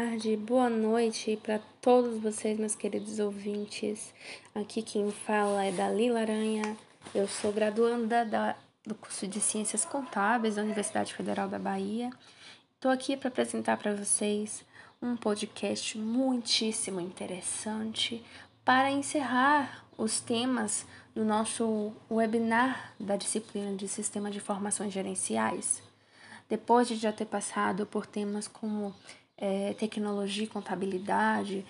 tarde, boa noite para todos vocês, meus queridos ouvintes. Aqui quem fala é Dalila Aranha. Eu sou graduanda do curso de Ciências Contábeis da Universidade Federal da Bahia. Estou aqui para apresentar para vocês um podcast muitíssimo interessante para encerrar os temas no nosso webinar da disciplina de Sistema de Informações Gerenciais. Depois de já ter passado por temas como tecnologia e contabilidade,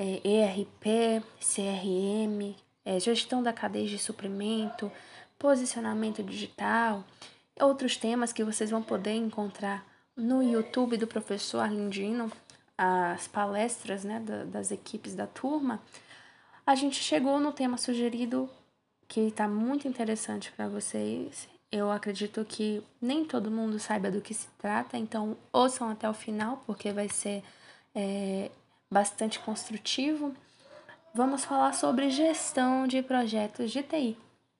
ERP, CRM, gestão da cadeia de suprimento, posicionamento digital, outros temas que vocês vão poder encontrar no YouTube do professor Arlindino, as palestras, né, das equipes da turma, a gente chegou no tema sugerido que está muito interessante para vocês. Eu acredito que nem todo mundo saiba do que se trata, então ouçam até o final, porque vai ser bastante construtivo. Vamos falar sobre gestão de projetos de TI.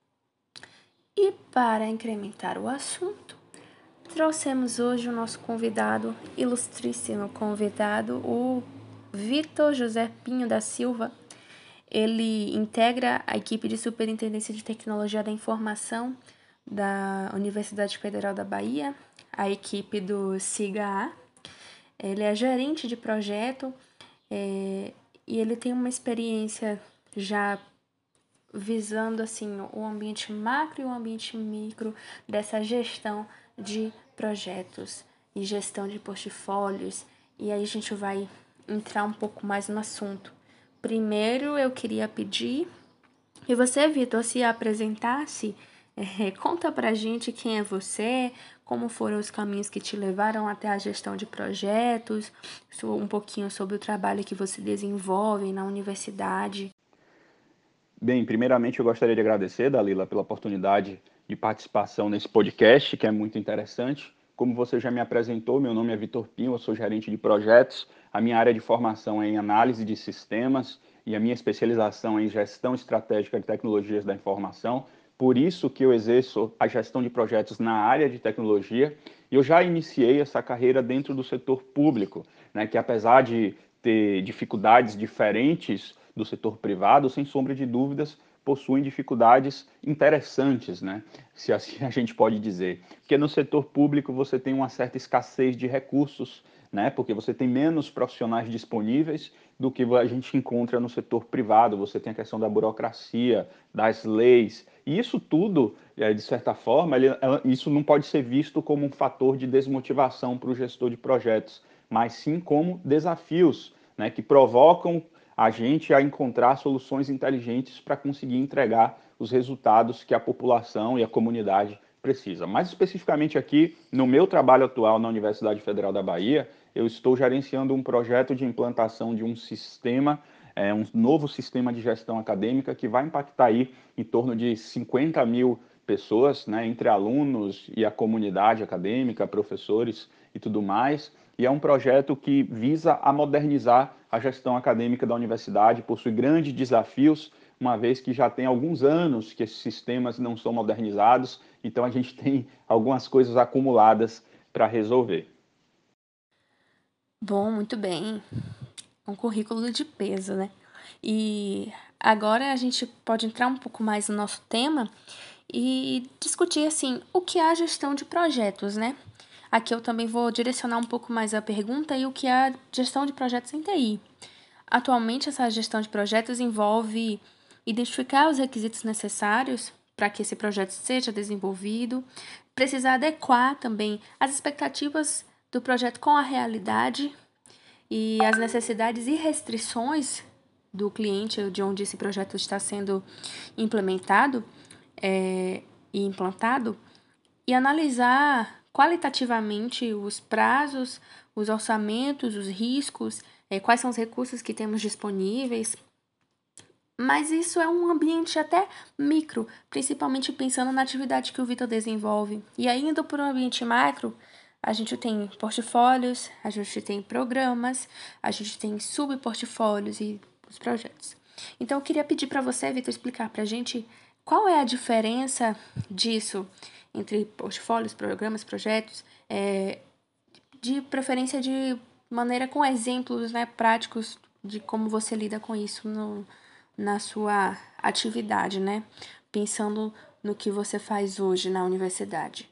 E para incrementar o assunto, trouxemos hoje o nosso convidado, ilustríssimo convidado, o Vitor José Pinho da Silva. Ele integra a equipe de Superintendência de Tecnologia da Informação da Universidade Federal da Bahia, a equipe do SIGA-A. Ele é gerente de projeto e ele tem uma experiência já visando assim, o ambiente macro e o ambiente micro dessa gestão de projetos e gestão de portfólios. E aí a gente vai entrar um pouco mais no assunto. Primeiro, eu queria pedir que você, Vitor, se apresentasse. Conta pra gente quem é você, como foram os caminhos que te levaram até a gestão de projetos, um pouquinho sobre o trabalho que você desenvolve na universidade. Bem, primeiramente eu gostaria de agradecer, Dalila, pela oportunidade de participação nesse podcast, que é muito interessante. Como você já me apresentou, meu nome é Vitor Pinho, eu sou gerente de projetos. A minha área de formação é em análise de sistemas e a minha especialização é em gestão estratégica de tecnologias da informação. Por isso que eu exerço a gestão de projetos na área de tecnologia. E eu já iniciei essa carreira dentro do setor público, né, que apesar de ter dificuldades diferentes do setor privado, sem sombra de dúvidas, possuem dificuldades interessantes, né? Se assim a gente pode dizer. Porque no setor público você tem uma certa escassez de recursos, né? Porque você tem menos profissionais disponíveis do que a gente encontra no setor privado. Você tem a questão da burocracia, das leis. E isso tudo, de certa forma, isso não pode ser visto como um fator de desmotivação para o gestor de projetos, mas sim como desafios, né, que provocam a gente a encontrar soluções inteligentes para conseguir entregar os resultados que a população e a comunidade precisa. Mais especificamente aqui, no meu trabalho atual na Universidade Federal da Bahia, eu estou gerenciando um projeto de implantação de um sistema, um novo sistema de gestão acadêmica que vai impactar aí em torno de 50 mil pessoas, né, entre alunos e a comunidade acadêmica, professores e tudo mais. E é um projeto que visa a modernizar a gestão acadêmica da universidade, possui grandes desafios, uma vez que já tem alguns anos que esses sistemas não são modernizados, então a gente tem algumas coisas acumuladas para resolver. Bom, muito bem. Um currículo de peso, né? E agora a gente pode entrar um pouco mais no nosso tema e discutir, assim, o que é a gestão de projetos, né? Aqui eu também vou direcionar um pouco mais a pergunta e o que é a gestão de projetos em TI. Atualmente, essa gestão de projetos envolve identificar os requisitos necessários para que esse projeto seja desenvolvido, precisar adequar também as expectativas do projeto com a realidade e as necessidades e restrições do cliente de onde esse projeto está sendo implementado e implantado, e analisar qualitativamente os prazos, os orçamentos, os riscos, quais são os recursos que temos disponíveis. Mas isso é um ambiente até micro, principalmente pensando na atividade que o Vitor desenvolve. E aí, indo para o ambiente macro, a gente tem portfólios, a gente tem programas, a gente tem subportfólios e os projetos. Então, eu queria pedir para você, Vitor, explicar para a gente qual é a diferença disso entre portfólios, programas, projetos, de preferência de maneira com exemplos, né, práticos de como você lida com isso na sua atividade, né? Pensando no que você faz hoje na universidade.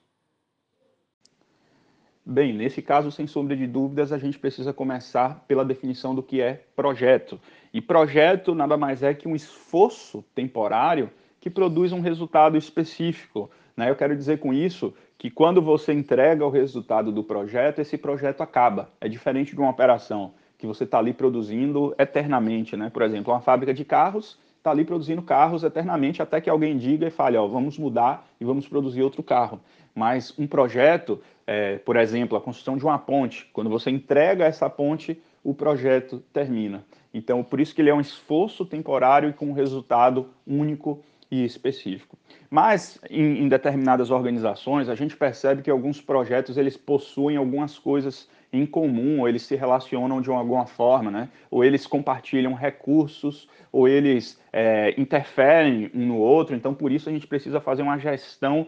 Bem, nesse caso, sem sombra de dúvidas, a gente precisa começar pela definição do que é projeto. E projeto nada mais é que um esforço temporário que produz um resultado específico, né? Eu quero dizer com isso que quando você entrega o resultado do projeto, esse projeto acaba. É diferente de uma operação que você está ali produzindo eternamente, né? Por exemplo, uma fábrica de carros está ali produzindo carros eternamente até que alguém diga e fale, ó, vamos mudar e vamos produzir outro carro. Mas um projeto, por exemplo, a construção de uma ponte, quando você entrega essa ponte, o projeto termina. Então, por isso que ele é um esforço temporário e com um resultado único e específico. Mas em determinadas organizações, a gente percebe que alguns projetos eles possuem algumas coisas em comum, ou eles se relacionam de alguma forma, né? Ou eles compartilham recursos, ou eles interferem um no outro. Então, por isso a gente precisa fazer uma gestão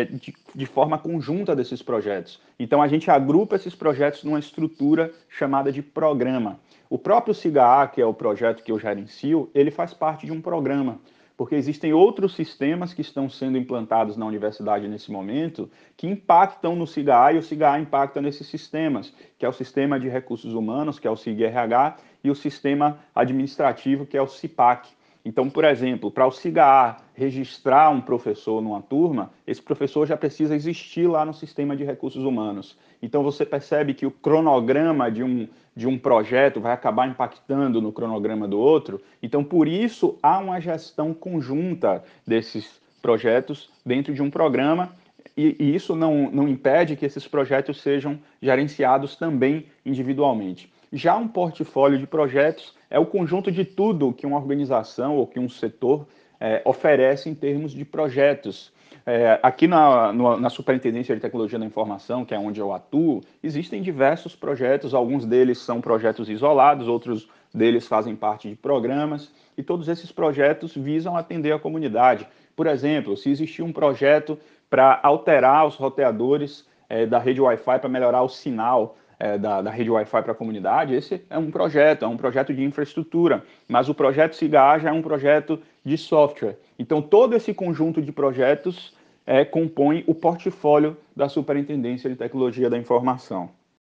de forma conjunta desses projetos. Então, a gente agrupa esses projetos numa estrutura chamada de programa. O próprio SIGA, que é o projeto que eu gerencio, ele faz parte de um programa, porque existem outros sistemas que estão sendo implantados na universidade nesse momento que impactam no SIGA e o SIGA impacta nesses sistemas, que é o Sistema de Recursos Humanos, que é o SIG-RH, e o Sistema Administrativo, que é o CIPAC. Então, por exemplo, para o SIGA registrar um professor numa turma, esse professor já precisa existir lá no Sistema de Recursos Humanos. Então, você percebe que o cronograma de um projeto vai acabar impactando no cronograma do outro. Então, por isso, há uma gestão conjunta desses projetos dentro de um programa e isso não impede que esses projetos sejam gerenciados também individualmente. Já um portfólio de projetos é o conjunto de tudo que uma organização ou que um setor oferece em termos de projetos. Aqui na Superintendência de Tecnologia da Informação, que é onde eu atuo, existem diversos projetos, alguns deles são projetos isolados, outros deles fazem parte de programas, e todos esses projetos visam atender a comunidade. Por exemplo, se existir um projeto para alterar os roteadores da rede Wi-Fi para melhorar o sinal da rede Wi-Fi para a comunidade, esse é um projeto de infraestrutura, mas o projeto SIGA já é um projeto de software. Então, todo esse conjunto de projetos compõe o portfólio da Superintendência de Tecnologia da Informação.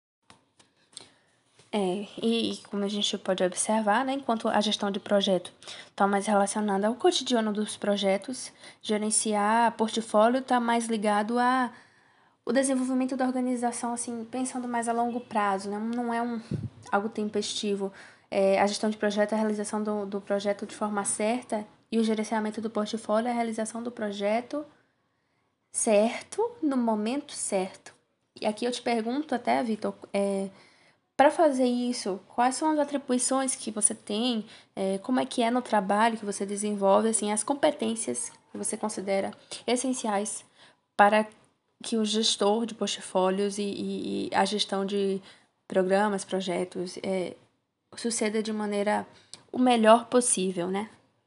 E como a gente pode observar, né, enquanto a gestão de projeto está mais relacionada ao cotidiano dos projetos, gerenciar portfólio está mais ligado a o desenvolvimento da organização, assim, pensando mais a longo prazo, né? Não é algo tempestivo. A gestão de projeto é a realização do projeto de forma certa e o gerenciamento do portfólio é a realização do projeto certo, no momento certo. E aqui eu te pergunto até, Vitor, para fazer isso, quais são as atribuições que você tem, como é que é no trabalho que você desenvolve, assim, as competências que você considera essenciais para que o gestor de portfólios e a gestão de programas, projetos, suceda de maneira o melhor possível, né?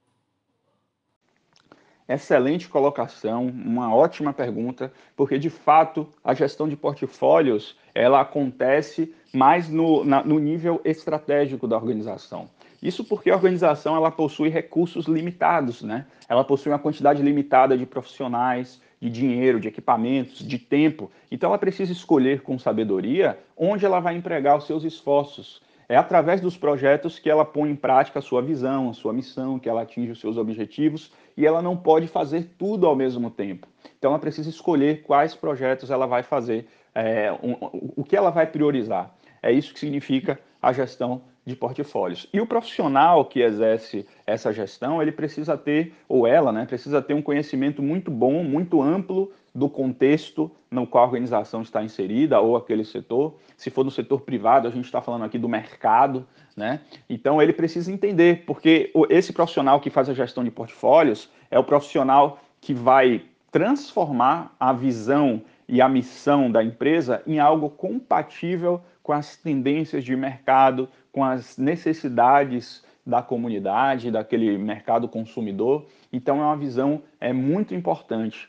Excelente colocação, uma ótima pergunta, porque de fato a gestão de portfólios ela acontece mais no nível estratégico da organização. Isso porque a organização ela possui recursos limitados, né? Ela possui uma quantidade limitada de profissionais, de dinheiro, de equipamentos, de tempo. Então ela precisa escolher com sabedoria onde ela vai empregar os seus esforços. É através dos projetos que ela põe em prática a sua visão, a sua missão, que ela atinge os seus objetivos e ela não pode fazer tudo ao mesmo tempo. Então ela precisa escolher quais projetos ela vai fazer, o que ela vai priorizar. É isso que significa a gestão de portfólios. E o profissional que exerce essa gestão, ele precisa ter, ou ela, né, precisa ter um conhecimento muito bom, muito amplo do contexto no qual a organização está inserida ou aquele setor. Se for no setor privado, a gente está falando aqui do mercado, né? Então ele precisa entender, porque esse profissional que faz a gestão de portfólios é o profissional que vai transformar a visão e a missão da empresa em algo compatível com as tendências de mercado, com as necessidades da comunidade, daquele mercado consumidor. Então é uma visão muito importante.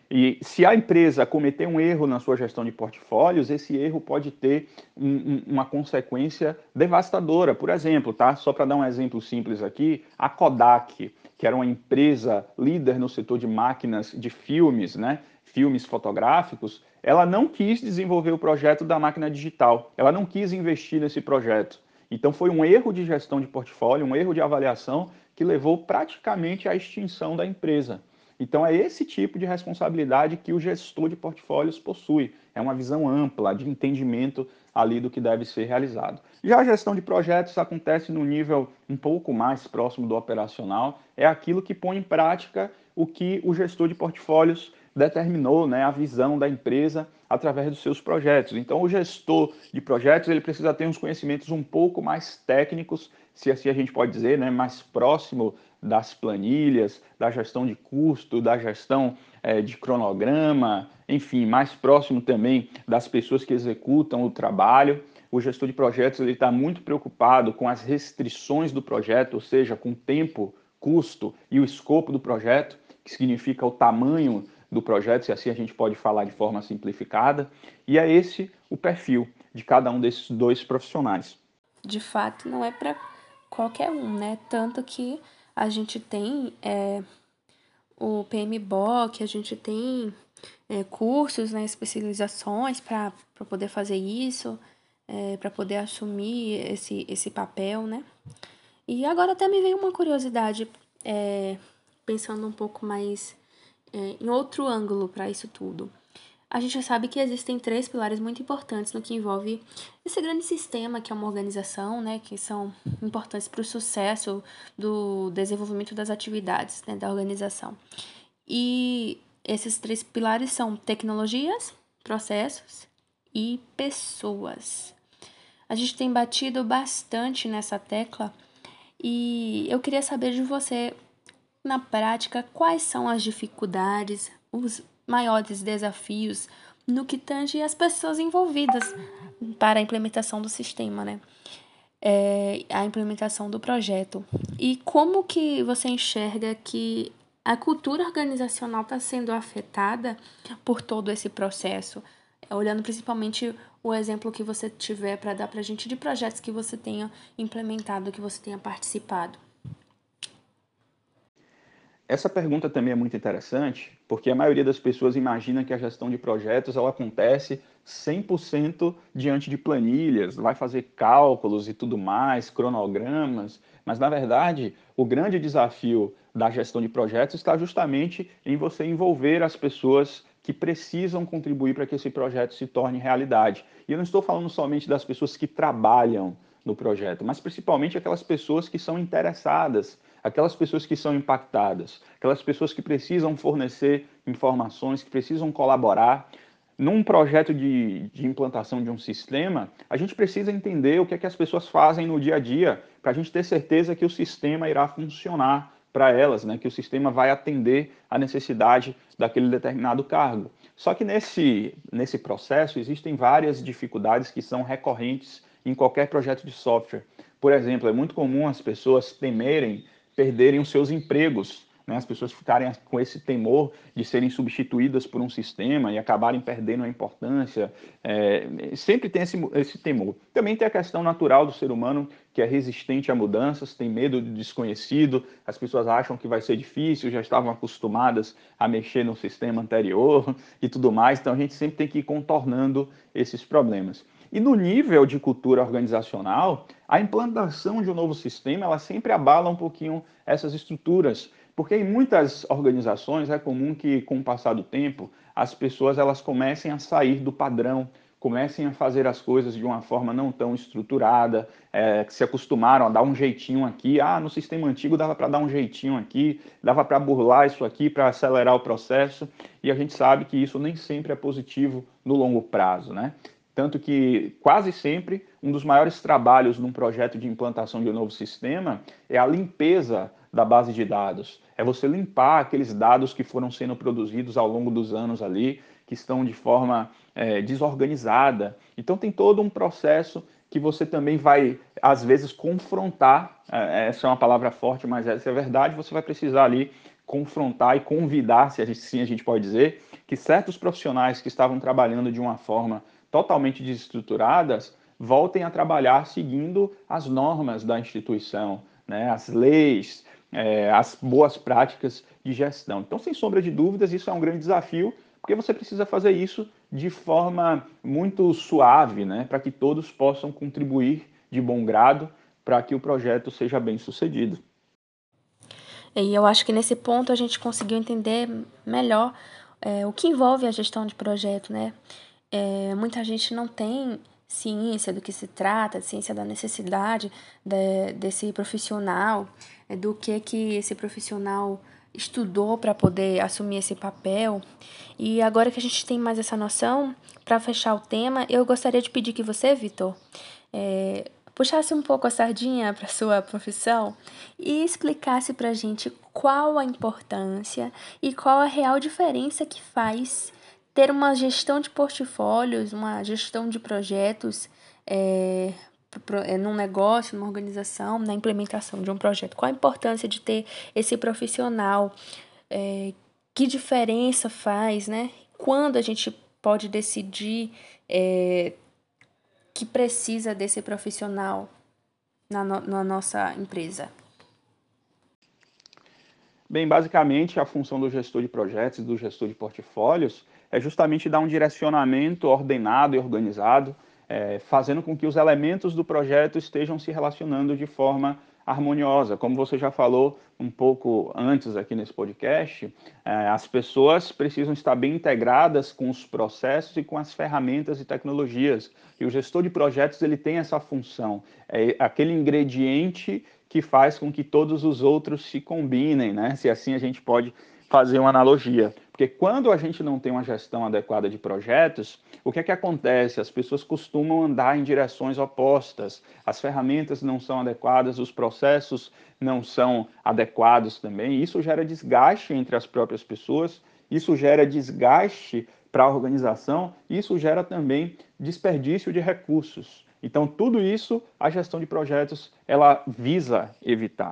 E se a empresa cometer um erro na sua gestão de portfólios, esse erro pode ter uma consequência devastadora. Por exemplo, tá? Só para dar um exemplo simples aqui, a Kodak, que era uma empresa líder no setor de máquinas de filmes, né? Filmes fotográficos, ela não quis desenvolver o projeto da máquina digital. Ela não quis investir nesse projeto. Então foi um erro de gestão de portfólio, um erro de avaliação que levou praticamente à extinção da empresa. Então é esse tipo de responsabilidade que o gestor de portfólios possui. É uma visão ampla de entendimento ali do que deve ser realizado. Já a gestão de projetos acontece no nível um pouco mais próximo do operacional, é aquilo que põe em prática o que o gestor de portfólios determinou, né, a visão da empresa através dos seus projetos. Então, o gestor de projetos ele precisa ter uns conhecimentos um pouco mais técnicos, se assim a gente pode dizer, né, mais próximo das planilhas, da gestão de custo, da gestão de cronograma, enfim, mais próximo também das pessoas que executam o trabalho. O gestor de projetos ele está muito preocupado com as restrições do projeto, ou seja, com o tempo, custo e o escopo do projeto, que significa o tamanho do projeto, se assim a gente pode falar de forma simplificada, e é esse o perfil de cada um desses dois profissionais. De fato, não é para qualquer um, né? Tanto que a gente tem o PMBOK, a gente tem cursos, né, especializações para poder fazer isso, para poder assumir esse papel, né? E agora até me veio uma curiosidade, pensando um pouco mais em outro ângulo para isso tudo. A gente já sabe que existem 3 pilares muito importantes no que envolve esse grande sistema que é uma organização, né, que são importantes para o sucesso do desenvolvimento das atividades, né, da organização. E esses 3 pilares são tecnologias, processos e pessoas. A gente tem batido bastante nessa tecla e eu queria saber de você, na prática, quais são as dificuldades, os maiores desafios no que tange as pessoas envolvidas para a implementação do sistema, né? A implementação do projeto. E como que você enxerga que a cultura organizacional está sendo afetada por todo esse processo? Olhando principalmente o exemplo que você tiver para dar para a gente de projetos que você tenha implementado, que você tenha participado. Essa pergunta também é muito interessante, porque a maioria das pessoas imagina que a gestão de projetos ela acontece 100% diante de planilhas, vai fazer cálculos e tudo mais, cronogramas, mas na verdade, o grande desafio da gestão de projetos está justamente em você envolver as pessoas que precisam contribuir para que esse projeto se torne realidade. E eu não estou falando somente das pessoas que trabalham no projeto, mas principalmente aquelas pessoas que são interessadas, aquelas pessoas que são impactadas, aquelas pessoas que precisam fornecer informações, que precisam colaborar. Num projeto de implantação de um sistema, a gente precisa entender o que é que as pessoas fazem no dia a dia, para a gente ter certeza que o sistema irá funcionar para elas, né? Que o sistema vai atender a necessidade daquele determinado cargo. Só que nesse processo existem várias dificuldades que são recorrentes em qualquer projeto de software. Por exemplo, é muito comum as pessoas temerem perderem os seus empregos, né? As pessoas ficarem com esse temor de serem substituídas por um sistema e acabarem perdendo a importância. Sempre tem esse temor. Também tem a questão natural do ser humano, que é resistente a mudanças, tem medo do desconhecido, as pessoas acham que vai ser difícil, já estavam acostumadas a mexer no sistema anterior e tudo mais, então a gente sempre tem que ir contornando esses problemas. E no nível de cultura organizacional, a implantação de um novo sistema, ela sempre abala um pouquinho essas estruturas, porque em muitas organizações é comum que, com o passar do tempo, as pessoas elas comecem a sair do padrão, comecem a fazer as coisas de uma forma não tão estruturada, que se acostumaram a dar um jeitinho aqui. Ah, no sistema antigo dava para dar um jeitinho aqui, dava para burlar isso aqui para acelerar o processo, e a gente sabe que isso nem sempre é positivo no longo prazo, né? Tanto que quase sempre um dos maiores trabalhos num projeto de implantação de um novo sistema é a limpeza da base de dados. É você limpar aqueles dados que foram sendo produzidos ao longo dos anos ali, que estão de forma desorganizada. Então tem todo um processo que você também vai, às vezes, confrontar. Essa é uma palavra forte, mas essa é a verdade. Você vai precisar ali confrontar e convidar, se assim a gente pode dizer, que certos profissionais que estavam trabalhando de uma forma totalmente desestruturada voltem a trabalhar seguindo as normas da instituição, né, as leis, as boas práticas de gestão. Então, sem sombra de dúvidas, isso é um grande desafio, porque você precisa fazer isso de forma muito suave, né, para que todos possam contribuir de bom grado para que o projeto seja bem sucedido. E eu acho que nesse ponto a gente conseguiu entender melhor o que envolve a gestão de projeto, né? Muita gente não tem ciência do que se trata, ciência da necessidade desse profissional, do que esse profissional estudou para poder assumir esse papel. E agora que a gente tem mais essa noção, para fechar o tema, eu gostaria de pedir que você, Vitor, puxasse um pouco a sardinha para sua profissão e explicasse para a gente qual a importância e qual a real diferença que faz ter uma gestão de portfólios, uma gestão de projetos num negócio, numa organização, na implementação de um projeto. Qual a importância de ter esse profissional? Que diferença faz, né? Quando a gente pode decidir que precisa desse profissional na nossa empresa? Bem, basicamente, a função do gestor de projetos e do gestor de portfólios é justamente dar um direcionamento ordenado e organizado, fazendo com que os elementos do projeto estejam se relacionando de forma harmoniosa. Como você já falou um pouco antes aqui nesse podcast, as pessoas precisam estar bem integradas com os processos e com as ferramentas e tecnologias. E o gestor de projetos ele tem essa função, é aquele ingrediente que faz com que todos os outros se combinem, né? Se assim a gente pode fazer uma analogia. Porque quando a gente não tem uma gestão adequada de projetos, o que é que acontece? As pessoas costumam andar em direções opostas, as ferramentas não são adequadas, os processos não são adequados também. Isso gera desgaste entre as próprias pessoas, isso gera desgaste para a organização, isso gera também desperdício de recursos. Então, tudo isso, a gestão de projetos, ela visa evitar.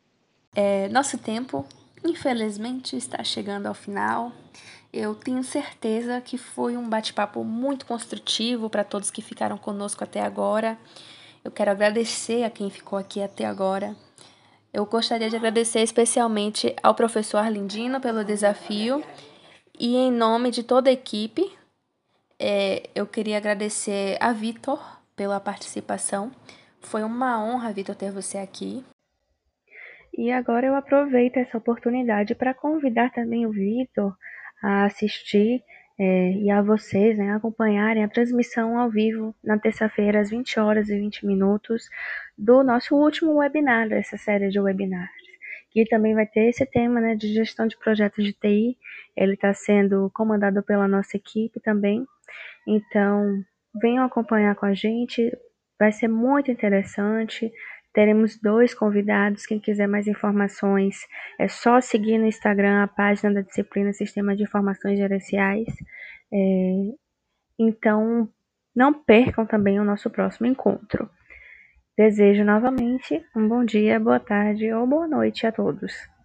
Nosso tempo, infelizmente, está chegando ao final. Eu tenho certeza que foi um bate-papo muito construtivo para todos que ficaram conosco até agora. Eu quero agradecer a quem ficou aqui até agora. Eu gostaria de agradecer especialmente ao professor Arlindino pelo desafio e em nome de toda a equipe, eu queria agradecer a Vitor pela participação. Foi uma honra, Vitor, ter você aqui. E agora eu aproveito essa oportunidade para convidar também o Vitor a assistir e a vocês, né, acompanharem a transmissão ao vivo na terça-feira às 20 horas e 20 minutos do nosso último webinar dessa série de webinars, que também vai ter esse tema, né, de gestão de projetos de TI. Ele está sendo comandado pela nossa equipe também. Então, venham acompanhar com a gente, vai ser muito interessante. Teremos 2 convidados. Quem quiser mais informações, é só seguir no Instagram a página da disciplina Sistema de Informações Gerenciais. Então, não percam também o nosso próximo encontro. Desejo novamente um bom dia, boa tarde ou boa noite a todos.